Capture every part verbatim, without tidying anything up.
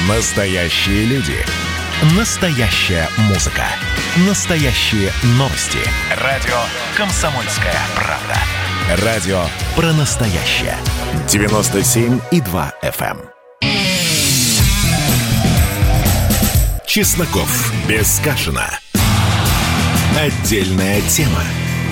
Настоящие люди. Настоящая музыка. Настоящие новости. Радио «Комсомольская правда». Радио про настоящее. девяносто семь и два эф эм. Чесноков. Без Кашина. Отдельная тема.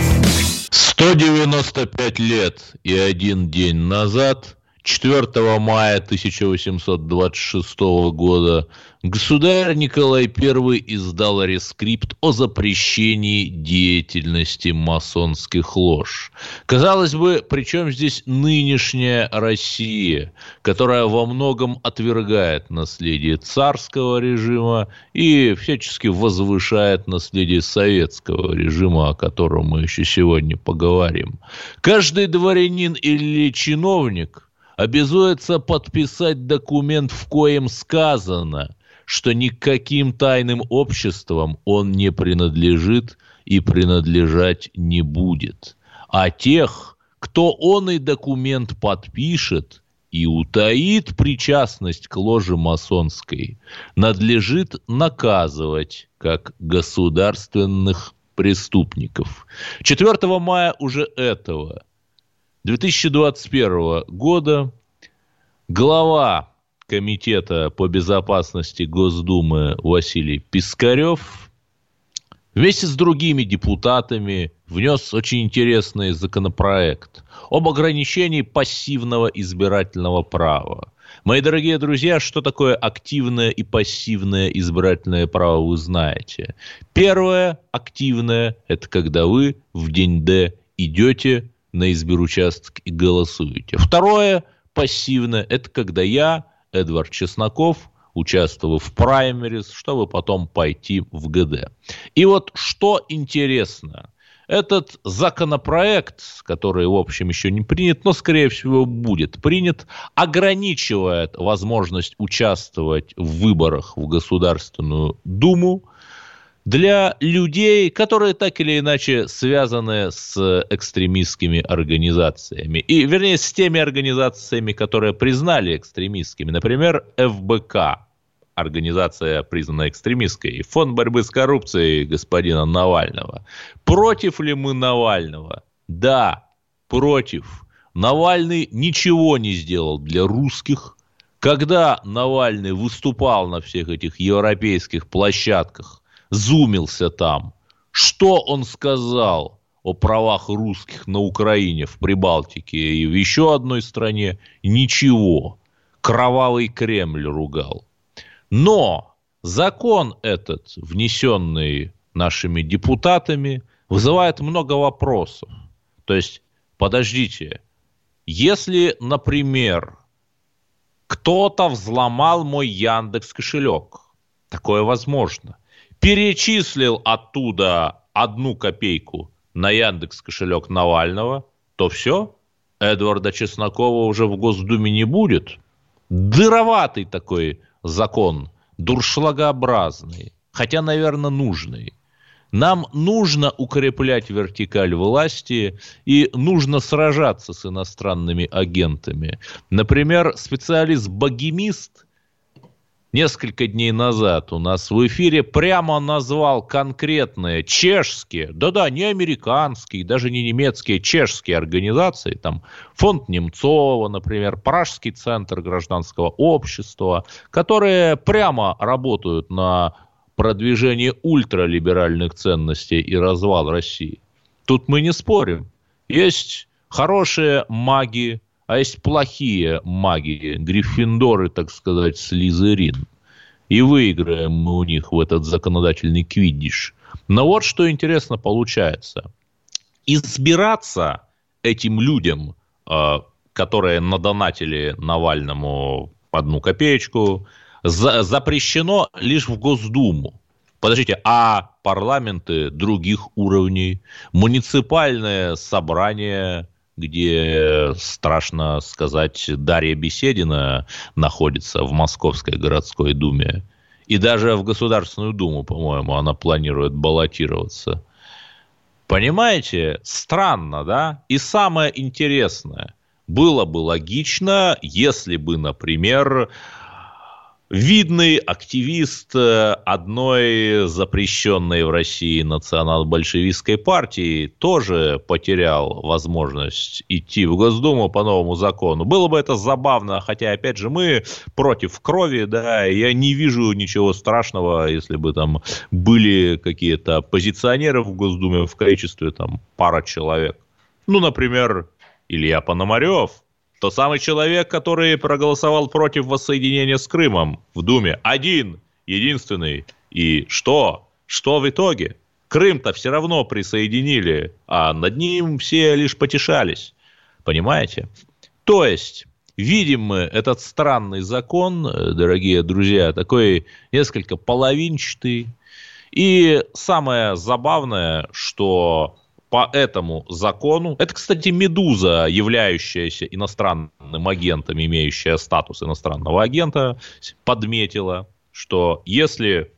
сто девяносто пять лет и один день назад, четвёртого мая тысяча восемьсот двадцать шестого года, государь Николай Первый издал рескрипт о запрещении деятельности масонских лож. Казалось бы, при чем здесь нынешняя Россия, которая во многом отвергает наследие царского режима и всячески возвышает наследие советского режима, о котором мы еще сегодня поговорим. Каждый дворянин или чиновник обязуется подписать документ, в коем сказано, что никаким тайным обществам он не принадлежит и принадлежать не будет. А тех, кто оный документ подпишет и утаит причастность к ложе масонской, надлежит наказывать как государственных преступников. четвёртого мая уже этого две тысячи двадцать первого года глава Комитета по безопасности Госдумы Василий Пискарев вместе с другими депутатами внес очень интересный законопроект об ограничении пассивного избирательного права. Мои дорогие друзья, что такое активное и пассивное избирательное право, вы знаете. Первое, активное, это когда вы в день Д идете на избиручасток и голосуете. Второе, пассивное, это когда я, Эдвард Чесноков, участвовал в праймерис, чтобы потом пойти в гэ дэ. И вот что интересно, этот законопроект, который, в общем, еще не принят, но, скорее всего, будет принят, ограничивает возможность участвовать в выборах в Государственную Думу для людей, которые так или иначе связаны с экстремистскими организациями. И, вернее, с теми организациями, которые признали экстремистскими. Например, эф бэ ка, организация, признанная экстремистской. Фонд борьбы с коррупцией господина Навального. Против ли мы Навального? Да, против. Навальный ничего не сделал для русских. Когда Навальный выступал на всех этих европейских площадках, зумился там, что он сказал о правах русских на Украине, в Прибалтике и в еще одной стране? Ничего. Кровавый Кремль ругал. Но закон этот, внесенный нашими депутатами, вызывает много вопросов. То есть, подождите, если, например, кто-то взломал мой Яндекс.Кошелек, такое возможно, перечислил оттуда одну копейку на Яндекс.Кошелек Навального, то все, Эдварда Чеснокова уже в Госдуме не будет. Дыроватый такой закон, дуршлагообразный, хотя, наверное, нужный. Нам нужно укреплять вертикаль власти и нужно сражаться с иностранными агентами. Например, специалист-богемист несколько дней назад у нас в эфире прямо назвал конкретные чешские, да-да, не американские, даже не немецкие, чешские организации, там фонд Немцова, например, Пражский центр гражданского общества, которые прямо работают на продвижение ультралиберальных ценностей и развал России. Тут мы не спорим. Есть хорошие маги, а есть плохие маги, Гриффиндоры, так сказать, Слизерин. И выиграем мы у них в этот законодательный квиддиш. Но вот что интересно получается. Избираться этим людям, которые надонатили Навальному одну копеечку, запрещено лишь в Госдуму. Подождите, а парламенты других уровней, муниципальное собрание, где, страшно сказать, Дарья Беседина находится в Московской городской думе, и даже в Государственную Думу, по-моему, она планирует баллотироваться. Понимаете, странно, да? И самое интересное, было бы логично, если бы, например, видный активист одной запрещенной в России национал-большевистской партии тоже потерял возможность идти в Госдуму по новому закону. Было бы это забавно, хотя, опять же, мы против крови, да, я не вижу ничего страшного, если бы там были какие-то оппозиционеры в Госдуме в количестве там пара человек. Ну, например, Илья Пономарев. Тот самый человек, который проголосовал против воссоединения с Крымом в Думе. Один, единственный. И что? Что в итоге? Крым-то все равно присоединили, а над ним все лишь потешались. Понимаете? То есть, видим мы этот странный закон, дорогие друзья, такой несколько половинчатый. И самое забавное, что... По этому закону, это, кстати, «Медуза», являющаяся иностранным агентом, имеющая статус иностранного агента, подметила, что если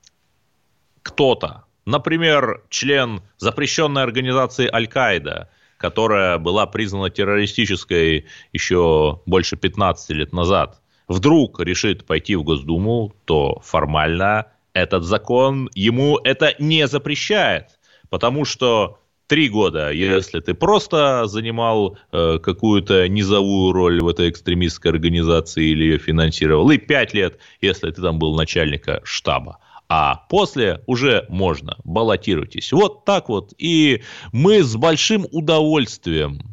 кто-то, например, член запрещенной организации Аль-Каида, которая была признана террористической еще больше пятнадцати лет назад, вдруг решит пойти в Госдуму, то формально этот закон ему это не запрещает, потому что Три года, если ты просто занимал э, какую-то низовую роль в этой экстремистской организации или ее финансировал, и пять лет, если ты там был начальника штаба. А после уже можно, баллотируйтесь. Вот так вот. И мы с большим удовольствием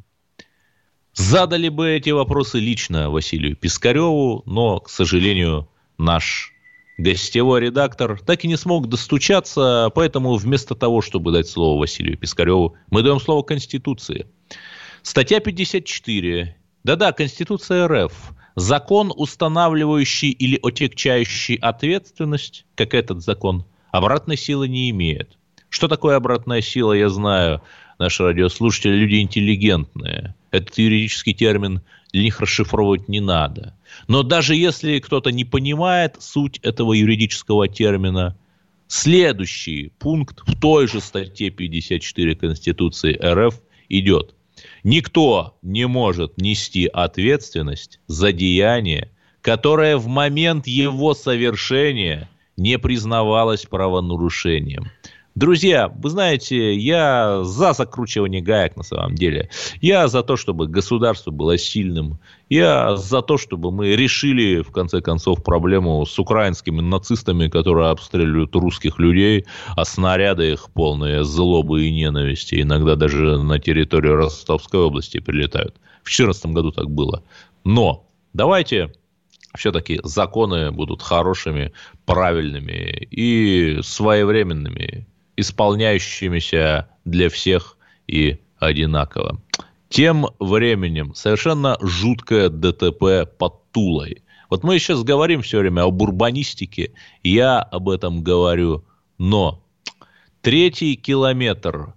задали бы эти вопросы лично Василию Пискареву, но, к сожалению, наш гостевой редактор так и не смог достучаться, поэтому вместо того, чтобы дать слово Василию Пискареву, мы даем слово Конституции. Статья пятьдесят четыре. Да-да, Конституция РФ. Закон, устанавливающий или отягчающий ответственность, как этот закон, обратной силы не имеет. Что такое обратная сила, я знаю. Наши радиослушатели люди интеллигентные. Этот юридический термин для них расшифровывать не надо. Но даже если кто-то не понимает суть этого юридического термина, следующий пункт в той же статье пятьдесят четыре Конституции РФ идет. Никто не может нести ответственность за деяние, которое в момент его совершения не признавалось правонарушением. Друзья, вы знаете, я за закручивание гаек на самом деле. Я за то, чтобы государство было сильным. Я за то, чтобы мы решили, в конце концов, проблему с украинскими нацистами, которые обстреливают русских людей, а снаряды их полные злобы и ненависти. Иногда даже на территорию Ростовской области прилетают. В две тысячи четырнадцатом году так было. Но давайте... все-таки законы будут хорошими, правильными и своевременными, исполняющимися для всех и одинаково. Тем временем совершенно жуткое ДТП под Тулой. Вот мы сейчас говорим все время об урбанистике, я об этом говорю, но третий километр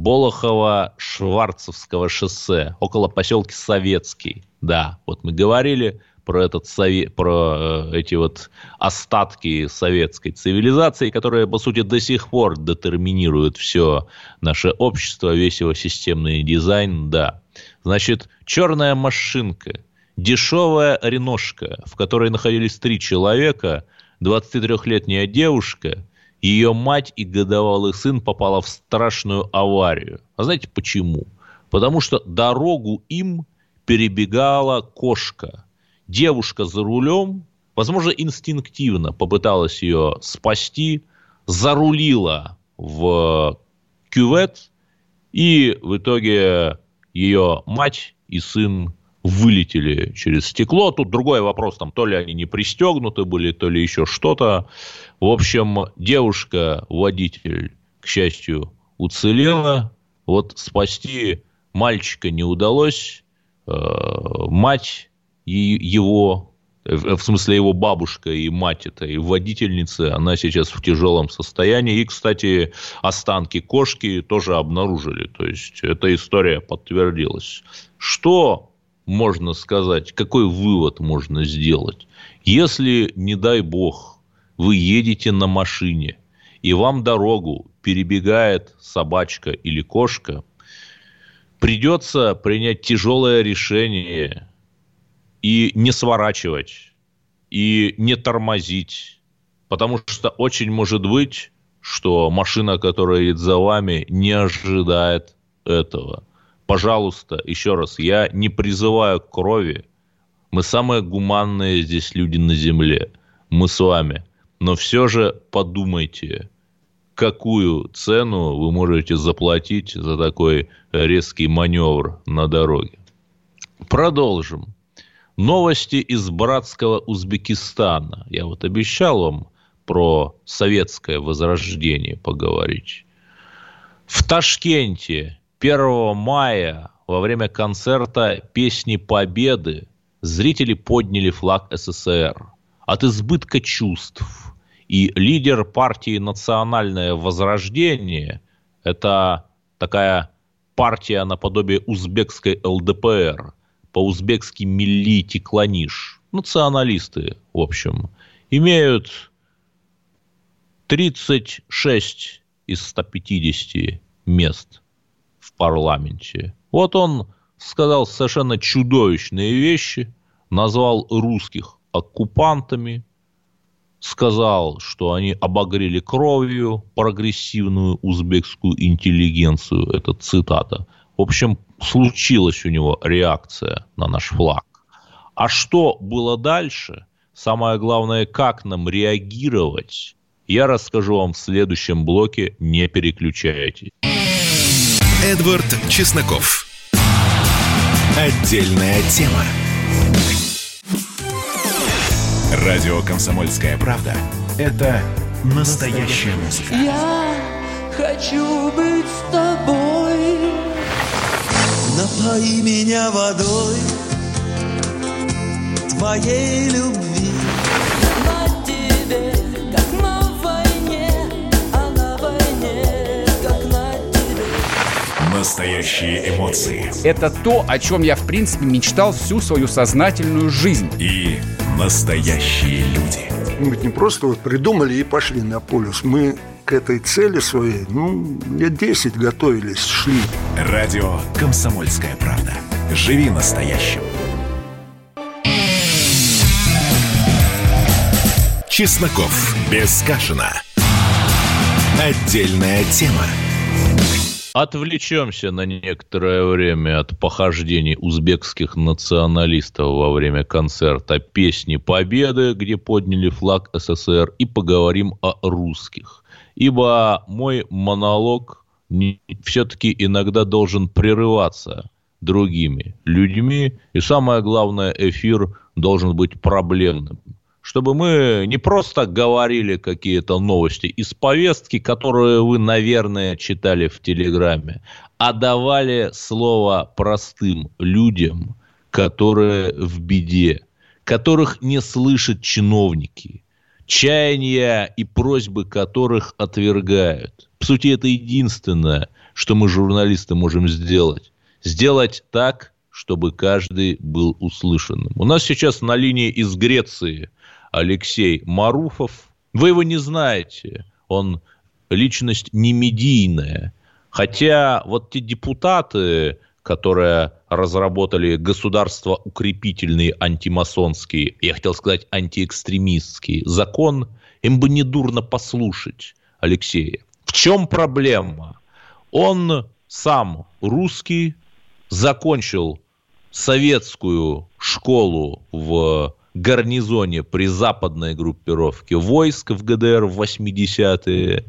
Болохово-Шварцевского шоссе около поселка Советский, да, вот мы говорили про, этот, про эти вот остатки советской цивилизации, которые, по сути, до сих пор детерминируют все наше общество, весь его системный дизайн, да. Значит, черная машинка, дешевая реношка, в которой находились три человека, двадцатитрёхлетняя девушка, ее мать и годовалый сын попала в страшную аварию. А знаете почему? Потому что дорогу им перебегала кошка. Девушка за рулем, возможно, инстинктивно попыталась ее спасти, зарулила в кювет, и в итоге ее мать и сын вылетели через стекло. Тут другой вопрос, там, то ли они не пристегнуты были, то ли еще что-то. В общем, девушка, водитель, к счастью, уцелела. Вот спасти мальчика не удалось. Мать его, в смысле его бабушка и мать этой водительницы, она сейчас в тяжелом состоянии. И, кстати, останки кошки тоже обнаружили. То есть, эта история подтвердилась. Что можно сказать, какой вывод можно сделать? Если, не дай бог, вы едете на машине, и вам дорогу перебегает собачка или кошка, придется принять тяжелое решение и не сворачивать, и не тормозить. Потому что очень может быть, что машина, которая едет за вами, не ожидает этого. Пожалуйста, еще раз, я не призываю к крови. Мы самые гуманные здесь люди на земле. Мы с вами. Но все же подумайте, какую цену вы можете заплатить за такой резкий маневр на дороге. Продолжим. Новости из братского Узбекистана. Я вот обещал вам про советское возрождение поговорить. В Ташкенте первого мая во время концерта «Песни Победы» зрители подняли флаг СССР. От избытка чувств. И лидер партии «Национальное возрождение» – это такая партия наподобие узбекской ЛДПР, по-узбекски «Милли Тикланиш», националисты, в общем, имеют тридцать шесть из ста пятидесяти мест в парламенте. Вот он сказал совершенно чудовищные вещи, назвал русских оккупантами, сказал, что они обогрели кровью прогрессивную узбекскую интеллигенцию. Это цитата. В общем, случилась у него реакция на наш флаг. А что было дальше? Самое главное, как нам реагировать, я расскажу вам в следующем блоке. Не переключайтесь. Эдвард Чесноков. Отдельная тема. Радио «Комсомольская правда» – это настоящая музыка. Я хочу быть с тобой. Напои меня водой твоей любви. На тебе, как на войне, а на войне, как на тебе. Настоящие эмоции. Это то, о чем я, в принципе, мечтал всю свою сознательную жизнь. И настоящие люди. Мы ведь не просто вот придумали и пошли на полюс. Мы к этой цели своей, ну, лет десять готовились, шли. Радио «Комсомольская правда». Живи настоящим. Чесноков. Без Кашина. Отдельная тема. Отвлечемся на некоторое время от похождений узбекских националистов во время концерта «Песни Победы», где подняли флаг СССР, и поговорим о русских. Ибо мой монолог не, все-таки иногда должен прерываться другими людьми, и самое главное, эфир должен быть проблемным. Чтобы мы не просто говорили какие-то новости из повестки, которые вы, наверное, читали в Телеграме, а давали слово простым людям, которые в беде, которых не слышат чиновники, чаяния и просьбы которых отвергают. По сути, это единственное, что мы, журналисты, можем сделать. Сделать так, чтобы каждый был услышанным. У нас сейчас на линии из Греции Алексей Маруфов. Вы его не знаете. Он личность не медийная. Хотя вот те депутаты, которые разработали государство-укрепительный антимасонский, я хотел сказать антиэкстремистский закон, им бы не дурно послушать Алексея. В чем проблема? Он сам русский, закончил советскую школу в гарнизоне при западной группировке войск в ГДР в восьмидесятые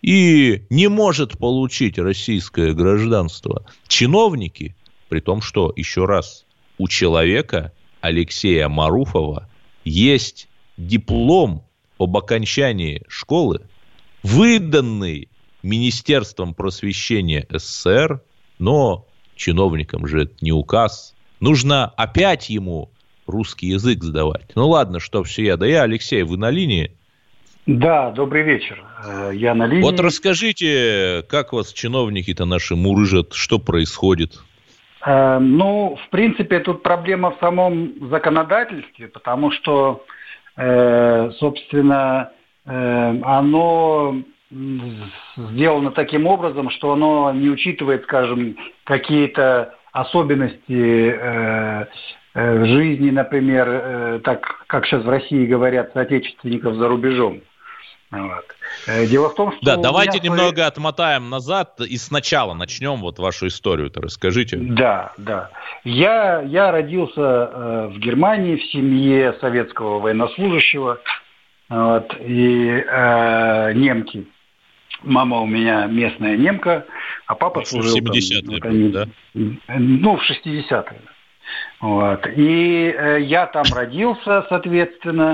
и не может получить российское гражданство. Чиновники, при том, что, еще раз, у человека Алексея Маруфова есть диплом об окончании школы, выданный Министерством просвещения СССР, но чиновникам же это не указ. Нужно опять ему русский язык сдавать. Ну ладно, что все я. Да я, Алексей, вы на линии? Да, добрый вечер. Я на линии. Вот расскажите, как вас чиновники-то наши мурыжат, что происходит? Э, ну, в принципе, тут проблема в самом законодательстве, потому что, э, собственно, э, оно сделано таким образом, что оно не учитывает, скажем, какие-то особенности э, в жизни, например, так, как сейчас в России говорят, соотечественников за рубежом. Вот. Дело в том, что... Да, давайте свои... немного отмотаем назад и сначала начнем вот вашу историю-то, расскажите. Да, да. Я, я родился э, в Германии в семье советского военнослужащего, вот, и э, немки. Мама у меня местная немка, а папа служил там... В семидесятые, вот они, да? Ну, в шестидесятые. Вот. И э, я там родился, соответственно,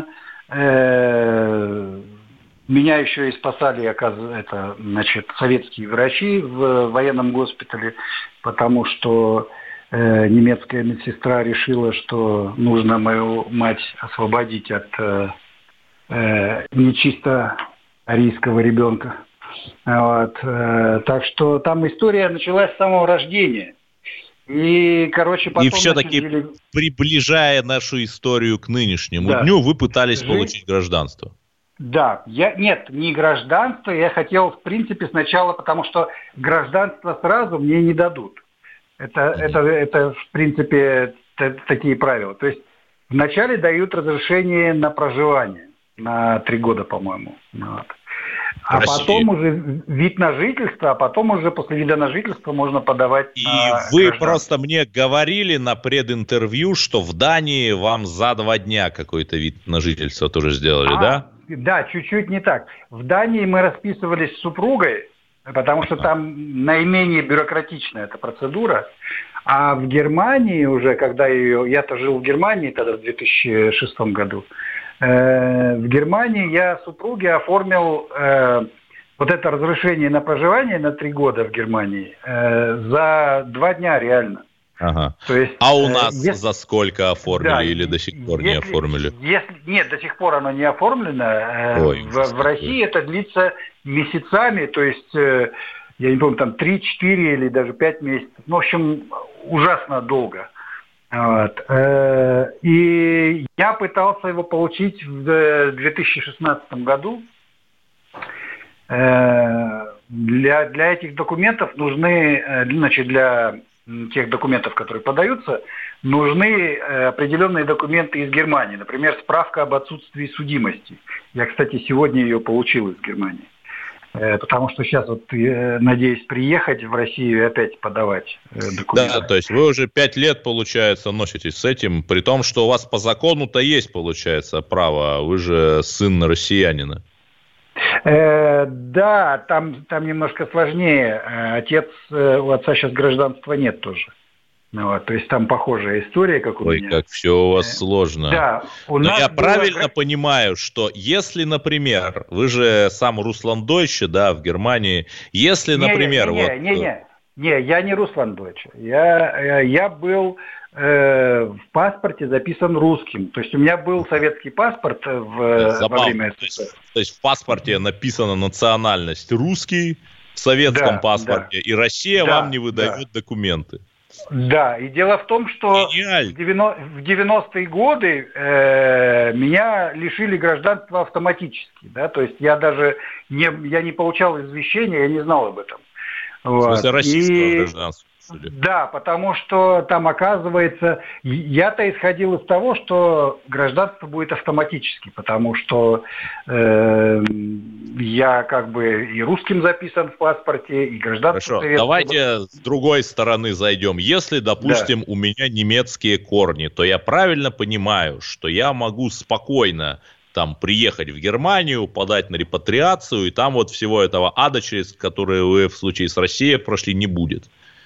э, меня еще и спасали, это, значит, советские врачи в военном госпитале, потому что э, немецкая медсестра решила, что нужно мою мать освободить от э, э, нечисто арийского ребенка. Вот. Э, так что там история началась с самого рождения. И, короче, потом... И все-таки, начали... приближая нашу историю к нынешнему да. дню, вы пытались Жить... получить гражданство. Да, я нет, не гражданство, я хотел, в принципе, сначала, потому что гражданство сразу мне не дадут. Это, mm-hmm. это, это, в принципе, т- такие правила. То есть вначале дают разрешение на проживание на три года, по-моему. Вот. А России. Потом уже вид на жительство, а потом уже после вида на жительство можно подавать И на вы просто мне говорили на прединтервью, что в Дании вам за два дня какой-то вид на жительство тоже сделали, а, да? Да, чуть-чуть не так. В Дании мы расписывались с супругой, потому что там наименее бюрократичная эта процедура. А в Германии уже, когда ее... Я-то жил в Германии тогда в две тысячи шестом году. Э, в Германии я супруге оформил э, вот это разрешение на проживание на три года в Германии э, за два дня реально. Ага. То есть, а у нас если, за сколько оформили да, или до сих пор если, не оформили? Если, нет, до сих пор оно не оформлено. Ой, в, в России это длится месяцами, то есть, я не помню, там три-четыре или даже пять месяцев. Ну, в общем, ужасно долго. Вот. И я пытался его получить в две тысячи шестнадцатом году. Для, для этих документов нужны, значит, для... тех документов, которые подаются, нужны определенные документы из Германии. Например, справка об отсутствии судимости. Я, кстати, сегодня ее получил из Германии. Потому что сейчас вот надеюсь приехать в Россию и опять подавать документы. Да, то есть вы уже пять лет, получается, носитесь с этим, при том, что у вас по закону-то есть, получается, право. Вы же сын россиянина. Э, да, там, там немножко сложнее. Отец, у отца сейчас гражданства нет тоже. Вот, то есть там похожая история, как у Ой, меня. Ой, как все у вас сложно. Да, у Но нас я было... правильно понимаю, что если, например, вы же сам Русландойче, да, в Германии, если, не, например... Не, не, вот... не, не, не, не, я не Русландойче. Я, я был... в паспорте записан русским. То есть у меня был советский паспорт в, во время то есть, то есть в паспорте написана национальность русский, в советском да, паспорте, да. И Россия да, вам не выдает да. документы. Да, и дело в том, что Гениаль. в девяностые годы э, меня лишили гражданства автоматически. Да? То есть я даже не, я не получал извещения, я не знал об этом. В смысле, российского и... гражданства? Да, потому что там, оказывается, я-то исходил из того, что гражданство будет автоматически, потому что э, я как бы и русским записан в паспорте, и гражданство... Хорошо, давайте с другой стороны зайдем. Если, допустим, да. у меня немецкие корни, то я правильно понимаю, что я могу спокойно там приехать в Германию, подать на репатриацию, и там вот всего этого ада, через который вы в случае с Россией прошли, не будет.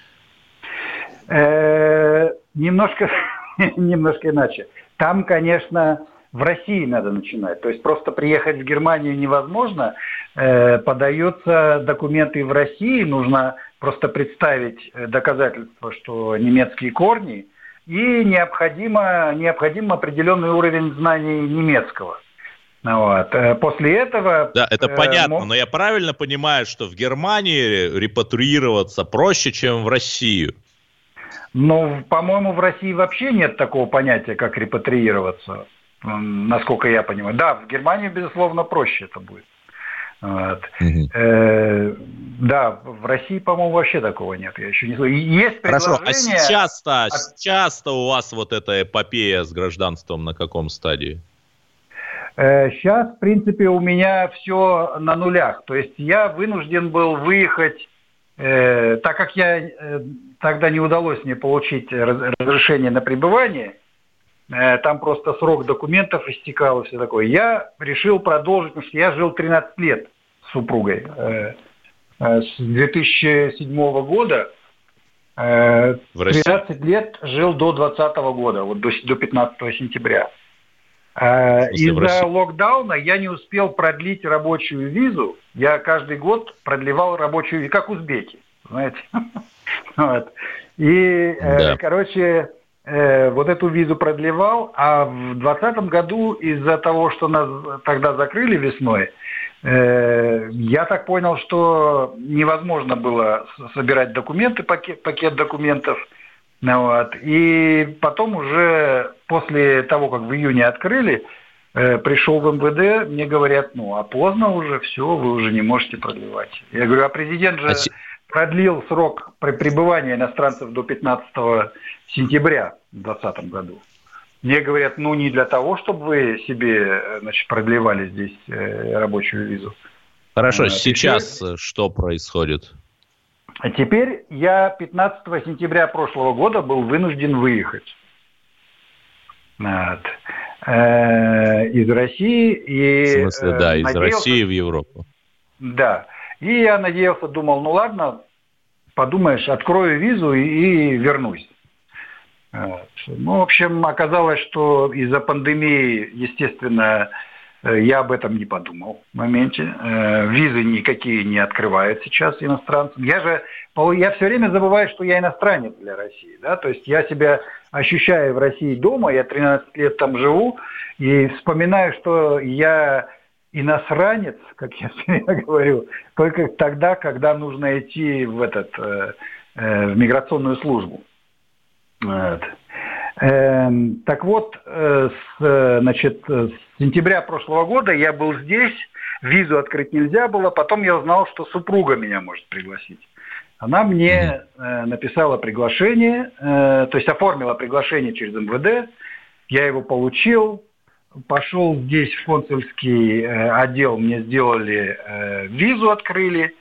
Немножко, немножко иначе. Там, конечно, в России надо начинать. То есть просто приехать в Германию невозможно. Подаются документы в России, нужно просто представить доказательства, что немецкие корни, и необходимо, необходим определенный уровень знаний немецкого. Вот. После этого... Да, это понятно, мог... но я правильно понимаю, что в Германии репатриироваться проще, чем в Россию? Ну, по-моему, в России вообще нет такого понятия, как репатриироваться, насколько я понимаю. Да, в Германии, безусловно, проще это будет. Вот. Мгм. Э, да, в России, по-моему, вообще такого нет. Я еще не слышал. Есть Хорошо, а предложение... сейчас-то, от- сейчас-то у вас вот эта эпопея с гражданством на каком стадии? Сейчас, в принципе, у меня все на нулях. То есть я вынужден был выехать, э, так как я э, тогда не удалось мне получить раз- разрешение на пребывание, э, там просто срок документов истекал и все такое. Я решил продолжить, потому что я жил тринадцать лет с супругой. Э, э, с две тысячи седьмого года э, В России? тринадцать лет жил до двадцатого года, вот до, с- до пятнадцатого сентября. Э, В смысле, в Из-за России? локдауна я не успел продлить рабочую визу. Я каждый год продлевал рабочую визу, как узбеки, знаете. Вот. И, э, Да. короче, э, вот эту визу продлевал, а в двадцатом году из-за того, что нас тогда закрыли весной, э, я так понял, что невозможно было с- собирать документы, пакет, пакет документов. Ну, вот. И потом уже после того, как в июне открыли, э, пришел в эм вэ дэ, мне говорят, ну, а поздно уже, все, вы уже не можете продлевать. Я говорю, а президент же А се- продлил срок при- пребывания иностранцев до пятнадцатого сентября в двадцатом году. Мне говорят, ну, не для того, чтобы вы себе, э, значит, продлевали здесь э, рабочую визу. Хорошо, А, сейчас э, что происходит? А теперь я пятнадцатого сентября прошлого года был вынужден выехать вот, э, из России. И, В смысле, да, э, из надеялся- России в Европу. Да. И я надеялся, думал, ну ладно, подумаешь, открою визу и, и вернусь. Вот. Ну, в общем, оказалось, что из-за пандемии, естественно, э, я об этом не подумал в моменте. Э, Визы никакие не открывают сейчас иностранцам. Я же, пол- я все время забываю, что я иностранец для России, да, то есть я себя ощущаю в России дома, я тринадцать лет там живу, и вспоминаю, что я иностранец, как я всегда говорю, только тогда, когда нужно идти в этот, э, э, в миграционную службу. Вот. Эм, так вот, э, с, э, значит, с сентября прошлого года я был здесь, визу открыть нельзя было, потом я узнал, что супруга меня может пригласить. Она мне э, написала приглашение, э, то есть оформила приглашение через эм вэ дэ, я его получил, пошел здесь в консульский э, отдел, мне сделали э, визу, открыли.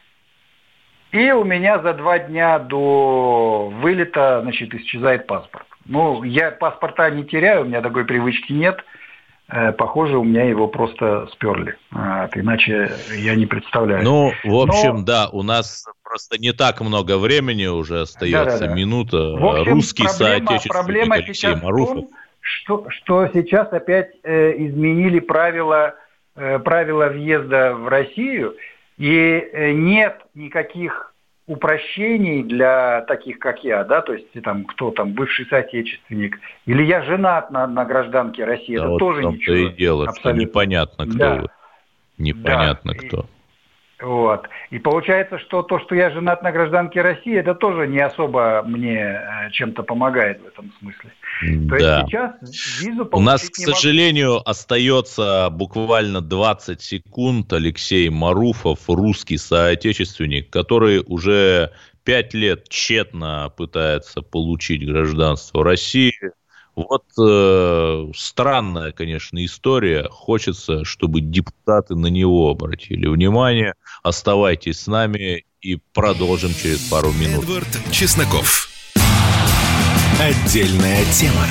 И у меня за два дня до вылета, значит, исчезает паспорт. Ну, я паспорта не теряю, у меня такой привычки нет. Э, Похоже, у меня его просто сперли. Вот, иначе я не представляю. Ну, в общем, Но- да, у нас просто не так много времени уже остается, Да-да-да. минута. В общем, Русский проблема, соотечественник проблема Алексей сейчас в Марухов. том, что, что сейчас опять э, изменили правила, э, правила въезда в Россию, и э, нет никаких упрощений для таких, как я, да, то есть там кто там бывший соотечественник, или я женат на, на гражданке России, Да, это вот тоже в том-то ничего. и дело, что абсолютно. непонятно, кто Да. вы. Непонятно, Да. кто. Вот. И получается, что то, что я женат на гражданке России, это тоже не особо мне э, чем-то помогает в этом смысле. То Да. есть сейчас визу У нас, получить к не могу. сожалению, остается буквально двадцать секунд. Алексей Маруфов, русский соотечественник, который уже пять лет тщетно пытается получить гражданство России. Вот э, странная, конечно, история. Хочется, чтобы депутаты на него обратили внимание. Оставайтесь с нами и продолжим через пару минут. Эдвард Чесноков. Отдельная тема.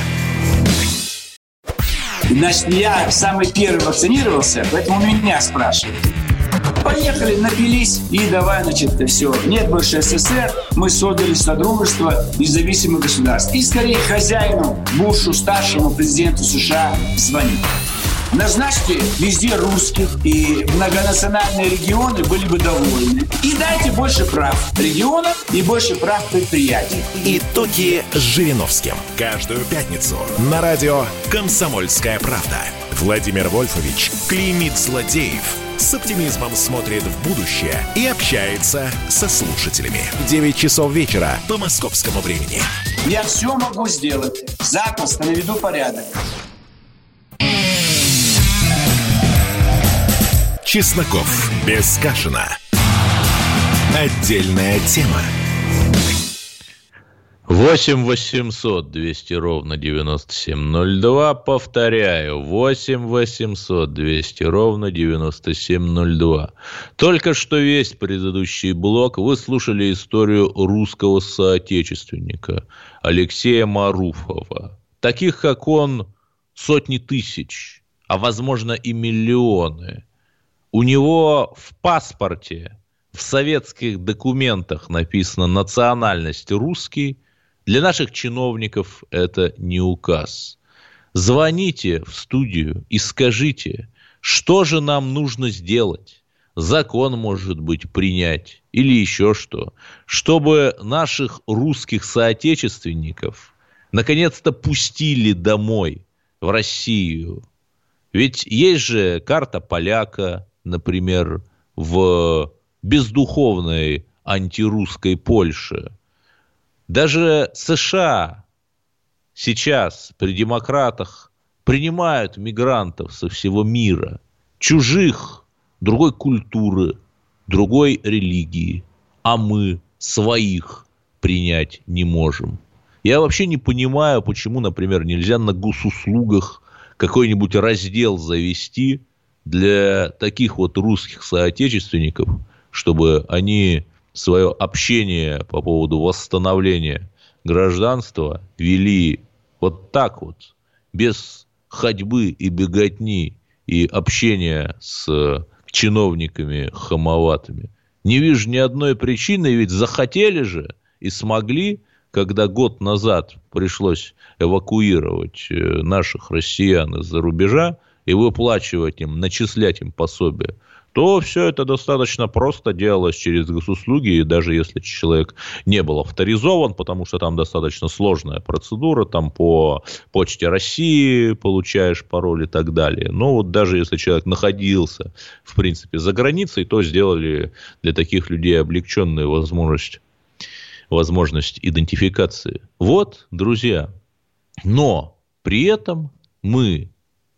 Значит, я самый первый вакцинировался, поэтому меня спрашивают. Поехали, напились и давай, значит, все. Нет больше эс эс эс эр, мы создали Содружество независимых государств. И скорее хозяину, Бушу, старшему президенту США звонить. Назначьте везде русских, и многонациональные регионы были бы довольны. И дайте больше прав регионам и больше прав предприятий. Итоги с Жириновским. Каждую пятницу на радио «Комсомольская правда». Владимир Вольфович клеймит злодеев, с оптимизмом смотрит в будущее и общается со слушателями. девять часов вечера по московскому времени. Я все могу сделать. Запросто наведу порядок. Чесноков. Без Кашина. Отдельная тема. восемь восемьсот двести ровно девяносто семь ноль два. Повторяю, восемь восемьсот двести ровно девяносто семь ноль два. Только что весь предыдущий блок вы слушали историю русского соотечественника Алексея Маруфова. Таких, как он, сотни тысяч, а возможно и миллионы. У него в паспорте, в советских документах написано «национальность русский». Для наших чиновников это не указ. Звоните в студию и скажите, что же нам нужно сделать. Закон, может быть, принять или еще что, чтобы наших русских соотечественников наконец-то пустили домой, в Россию. Ведь есть же карта поляка, например, в бездуховной антирусской Польше. Даже США сейчас при демократах принимают мигрантов со всего мира, чужих, другой культуры, другой религии, а мы своих принять не можем. Я вообще не понимаю, почему, например, нельзя на госуслугах какой-нибудь раздел завести для таких вот русских соотечественников, чтобы они свое общение по поводу восстановления гражданства вели вот так вот, без ходьбы и беготни и общения с чиновниками хамоватыми. Не вижу ни одной причины, ведь захотели же и смогли, когда год назад пришлось эвакуировать наших россиян из-за рубежа и выплачивать им, начислять им пособие, то все это достаточно просто делалось через госуслуги, и даже если человек не был авторизован, потому что там достаточно сложная процедура, там по Почте России получаешь пароль и так далее. Но вот даже если человек находился, в принципе, за границей, то сделали для таких людей облегченную возможность, возможность идентификации. Вот, друзья. Но при этом мы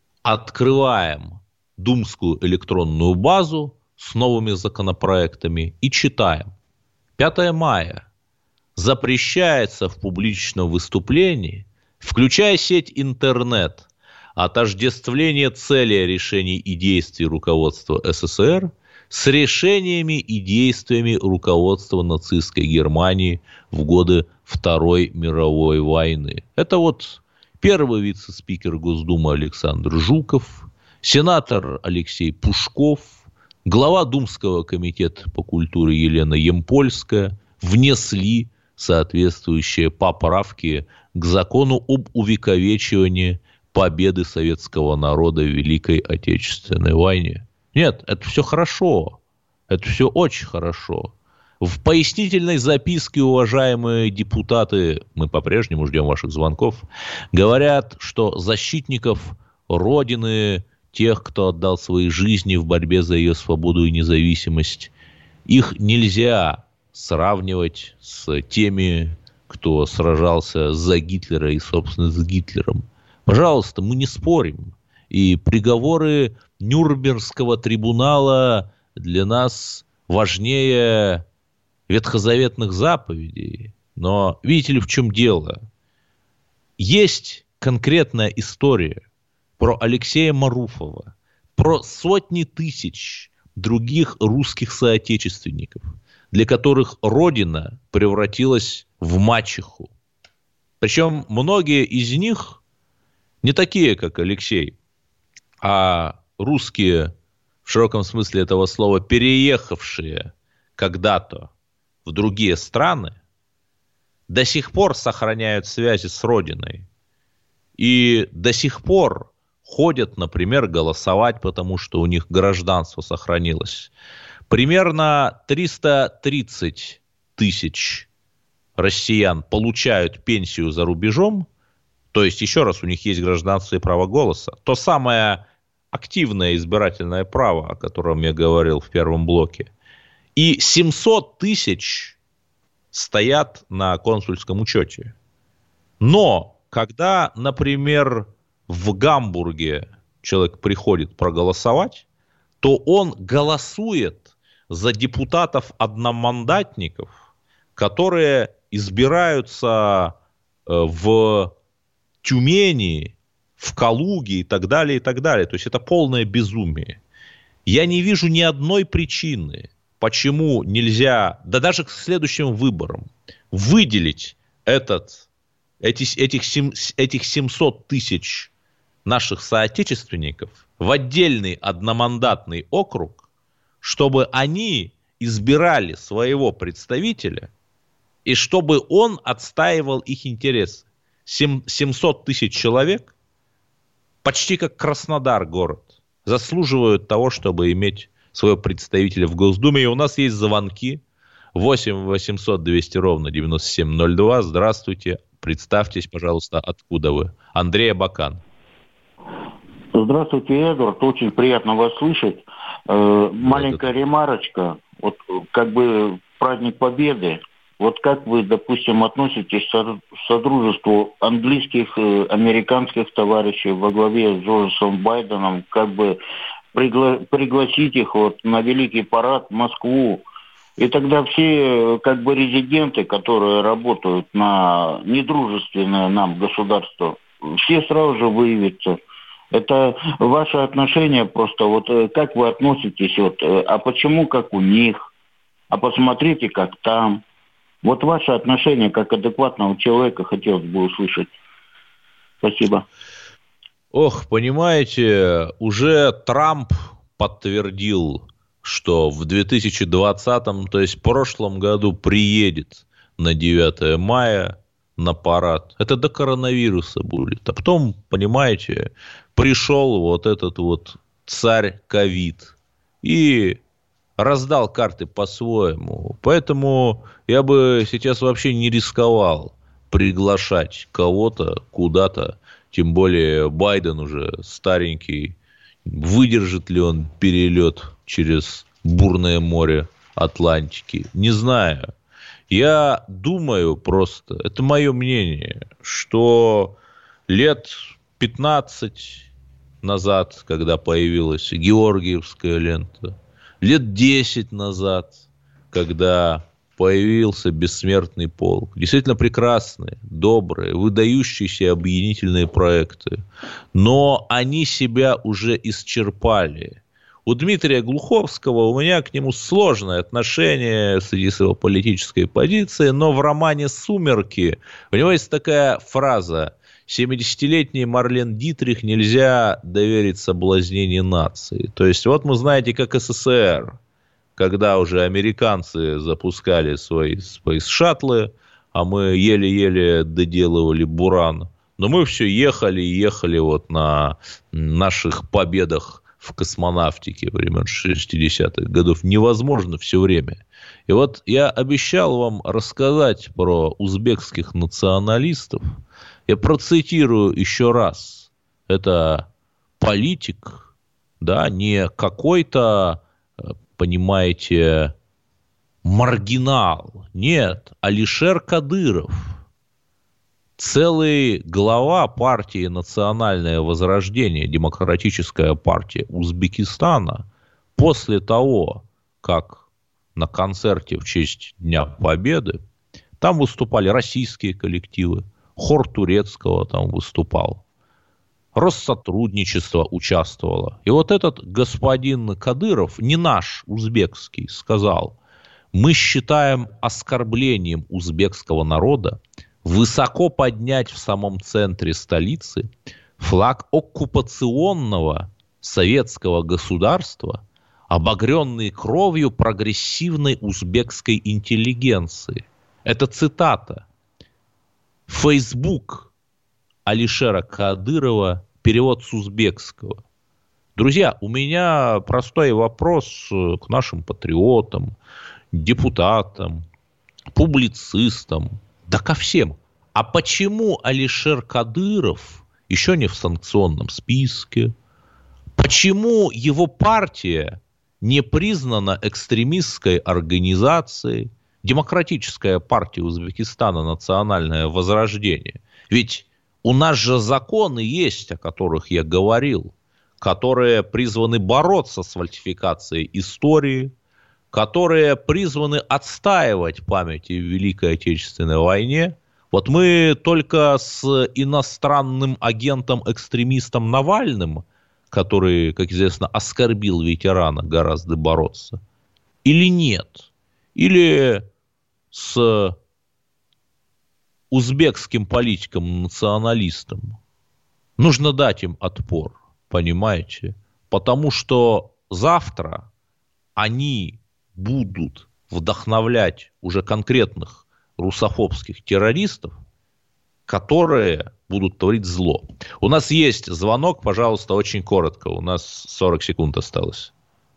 открываем думскую электронную базу с новыми законопроектами и читаем. пятое мая. Запрещается в публичном выступлении, включая сеть интернет, отождествление целей, решений и действий руководства СССР с решениями и действиями руководства нацистской Германии в годы Второй мировой войны. Это вот первый вице-спикер Госдумы Александр Жуков, сенатор Алексей Пушков, глава Думского комитета по культуре Елена Ямпольская внесли соответствующие поправки к закону об увековечивании победы советского народа в Великой Отечественной войне. Нет, это все хорошо, это все очень хорошо. В пояснительной записке, уважаемые депутаты, мы по-прежнему ждем ваших звонков, говорят, что защитников Родины, тех, кто отдал свои жизни в борьбе за ее свободу и независимость, их нельзя сравнивать с теми, кто сражался за Гитлера и, собственно, с Гитлером. Пожалуйста, мы не спорим. И приговоры Нюрнбергского трибунала для нас важнее ветхозаветных заповедей. Но видите ли, в чем дело? Есть конкретная история про Алексея Маруфова, про сотни тысяч других русских соотечественников, для которых Родина превратилась в мачеху. Причем многие из них не такие, как Алексей, а русские, в широком смысле этого слова, переехавшие когда-то в другие страны, до сих пор сохраняют связи с Родиной. И до сих пор ходят, например, голосовать, потому что у них гражданство сохранилось. Примерно триста тридцать тысяч россиян получают пенсию за рубежом. То есть, еще раз, у них есть гражданство и право голоса. То самое активное избирательное право, о котором я говорил в первом блоке. И семьсот тысяч стоят на консульском учете. Но когда, например, в Гамбурге человек приходит проголосовать, то он голосует за депутатов-одномандатников, которые избираются в Тюмени, в Калуге и так далее, и так далее. То есть это полное безумие. Я не вижу ни одной причины, почему нельзя, да даже к следующим выборам, выделить этот, эти, этих, этих семьсот тысяч наших соотечественников в отдельный одномандатный округ, чтобы они избирали своего представителя и чтобы он отстаивал их интересы. семьсот тысяч человек, почти как Краснодар город, заслуживают того, чтобы иметь своего представителя в Госдуме. И у нас есть звонки. восемь восемьсот двести ровно девяносто семь ноль два. Здравствуйте. Представьтесь, пожалуйста, откуда вы. Андрей Абакан. Здравствуйте, Эдвард. Очень приятно вас слышать. Э, маленькая ремарочка. Вот как бы праздник Победы. Вот как вы, допустим, относитесь к содружеству английских, американских товарищей во главе с Джозефом Байденом, как бы пригла- пригласить их вот на Великий парад в Москву, и тогда все как бы резиденты, которые работают на недружественное нам государство, все сразу же выявятся. Это ваше отношение просто, вот как вы относитесь, вот, а почему как у них, а посмотрите, как там. Вот ваше отношение как адекватного человека хотелось бы услышать. Спасибо. Ох, понимаете, уже Трамп подтвердил, что в две тысячи двадцатом, то есть в прошлом году, приедет на девятое мая на парад. Это до коронавируса будет. А потом, понимаете, пришел вот этот вот царь ковид и раздал карты по-своему. Поэтому я бы сейчас вообще не рисковал приглашать кого-то куда-то. Тем более Байден уже старенький. Выдержит ли он перелет через бурное море Атлантики? Не знаю. Я думаю просто, это мое мнение, что лет пятнадцать назад, когда появилась Георгиевская лента, лет десять назад, когда появился бессмертный полк. Действительно прекрасные, добрые, выдающиеся объединительные проекты. Но они себя уже исчерпали. У Дмитрия Глуховского, у меня к нему сложное отношение в связи с его политической позицией, но в романе «Сумерки» у него есть такая фраза: семидесятилетний Марлен Дитрих нельзя доверить соблазнению нации. То есть, вот мы знаете, как СССР, когда уже американцы запускали свои спейс-шаттлы, а мы еле-еле доделывали «Буран». Но мы все ехали и ехали вот на наших победах в космонавтике времен шестидесятых годов. Невозможно все время. И вот я обещал вам рассказать про узбекских националистов. Я процитирую еще раз. Это политик, да, не какой-то, понимаете, маргинал. Нет, Алишер Кадыров. Целый глава партии «Национальное возрождение», демократическая партия Узбекистана, после того, как на концерте в честь Дня Победы, там выступали российские коллективы, хор турецкого там выступал, Россотрудничество участвовало. И вот этот господин Кадыров, не наш, узбекский, сказал: мы считаем оскорблением узбекского народа высоко поднять в самом центре столицы флаг оккупационного советского государства, обогренный кровью прогрессивной узбекской интеллигенции. Это цитата. Фейсбук Алишера Кадырова, перевод с узбекского. Друзья, у меня простой вопрос к нашим патриотам, депутатам, публицистам, да ко всем. А почему Алишер Кадыров еще не в санкционном списке? Почему его партия не признана экстремистской организацией? Демократическая партия Узбекистана «Национальное возрождение». Ведь у нас же законы есть, о которых я говорил, которые призваны бороться с фальсификацией истории, которые призваны отстаивать память о Великой Отечественной войне. Вот мы только с иностранным агентом-экстремистом Навальным, который, как известно, оскорбил ветерана, гораздо бороться. Или нет? Или с узбекским политиком-националистом? Нужно дать им отпор, понимаете? Потому что завтра они будут вдохновлять уже конкретных русофобских террористов, которые будут творить зло. У нас есть звонок, пожалуйста, очень коротко. У нас сорок секунд осталось.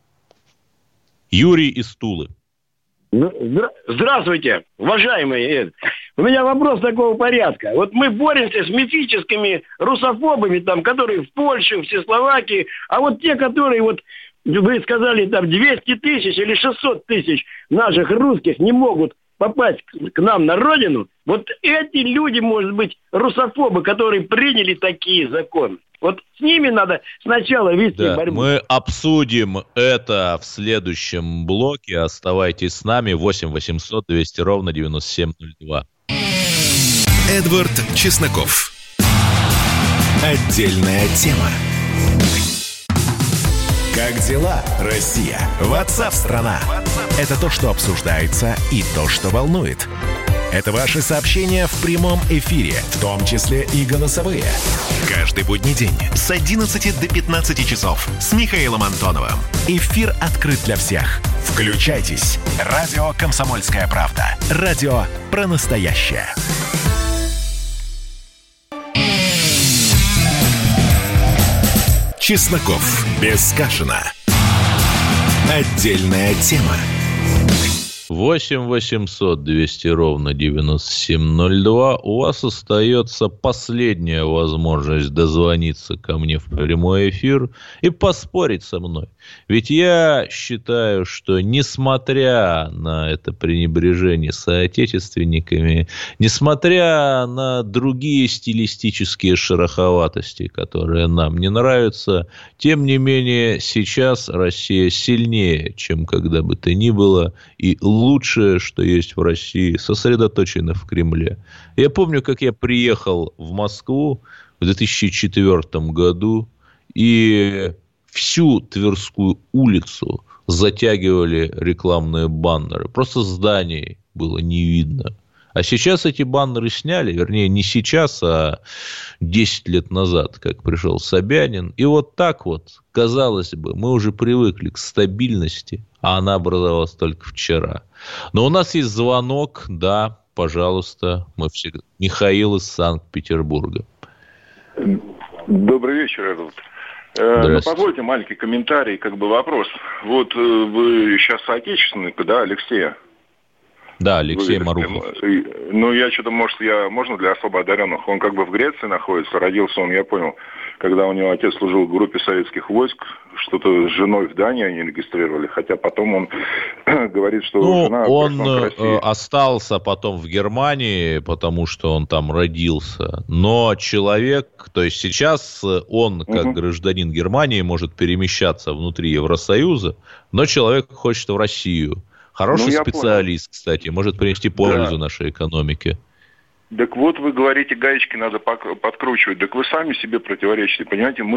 Юрий из Тулы. Здравствуйте, уважаемые. У меня вопрос такого порядка. Вот мы боремся с мифическими русофобами, там, которые в Польше, в Чехословакии, а вот те, которые, вот вы сказали, там двести тысяч или шестьсот тысяч наших русских не могут попасть к нам на родину, вот эти люди, может быть, русофобы, которые приняли такие законы. Вот с ними надо сначала вести да, борьбу. Мы обсудим это в следующем блоке. Оставайтесь с нами. восемь восемьсот двести ровно девяносто семь ноль два. Эдвард Чесноков. Отдельная тема. Как дела, Россия? Ватсап-страна! Это то, что обсуждается и то, что волнует. Это ваши сообщения в прямом эфире, в том числе и голосовые. Каждый будний день с одиннадцати до пятнадцати часов с Михаилом Антоновым. Эфир открыт для всех. Включайтесь. Радио «Комсомольская правда». Радио про настоящее. Чесноков. Без Кашина. Отдельная тема. восемь восемьсот двести ровно девяносто семь ноль два. У вас остается последняя возможность дозвониться ко мне в прямой эфир и поспорить со мной. Ведь я считаю, что несмотря на это пренебрежение соотечественниками, несмотря на другие стилистические шероховатости, которые нам не нравятся, тем не менее сейчас Россия сильнее, чем когда бы то ни было, и лучшее, что есть в России, сосредоточено в Кремле. Я помню, как я приехал в Москву в две тысячи четвёртом году, и всю Тверскую улицу затягивали рекламные баннеры. Просто зданий было не видно. А сейчас эти баннеры сняли, вернее, не сейчас, а десять лет назад, как пришел Собянин. И вот так вот, казалось бы, мы уже привыкли к стабильности, а она образовалась только вчера. Но у нас есть звонок, да, пожалуйста, мы всегда... Михаил из Санкт-Петербурга. Добрый вечер, Эдвард. Ну, позвольте маленький комментарий, как бы вопрос. Вот вы сейчас соотечественник, да, Алексея? Да, Алексей вы, Марухов. Ну, я что-то, может, я, можно для особо одаренных? Он как бы в Греции находится, родился он, я понял, когда у него отец служил в группе советских войск, что-то с женой в Дании они регистрировали, хотя потом он говорит, что ну, жена... он э, остался потом в Германии, потому что он там родился, но человек, то есть сейчас он, как угу. гражданин Германии, может перемещаться внутри Евросоюза, но человек хочет в Россию. Хороший ну, специалист, понял. Кстати, может принести пользу да. нашей экономике. Так вот, вы говорите, гаечки надо подкручивать. Так вы сами себе противоречите, понимаете? Мы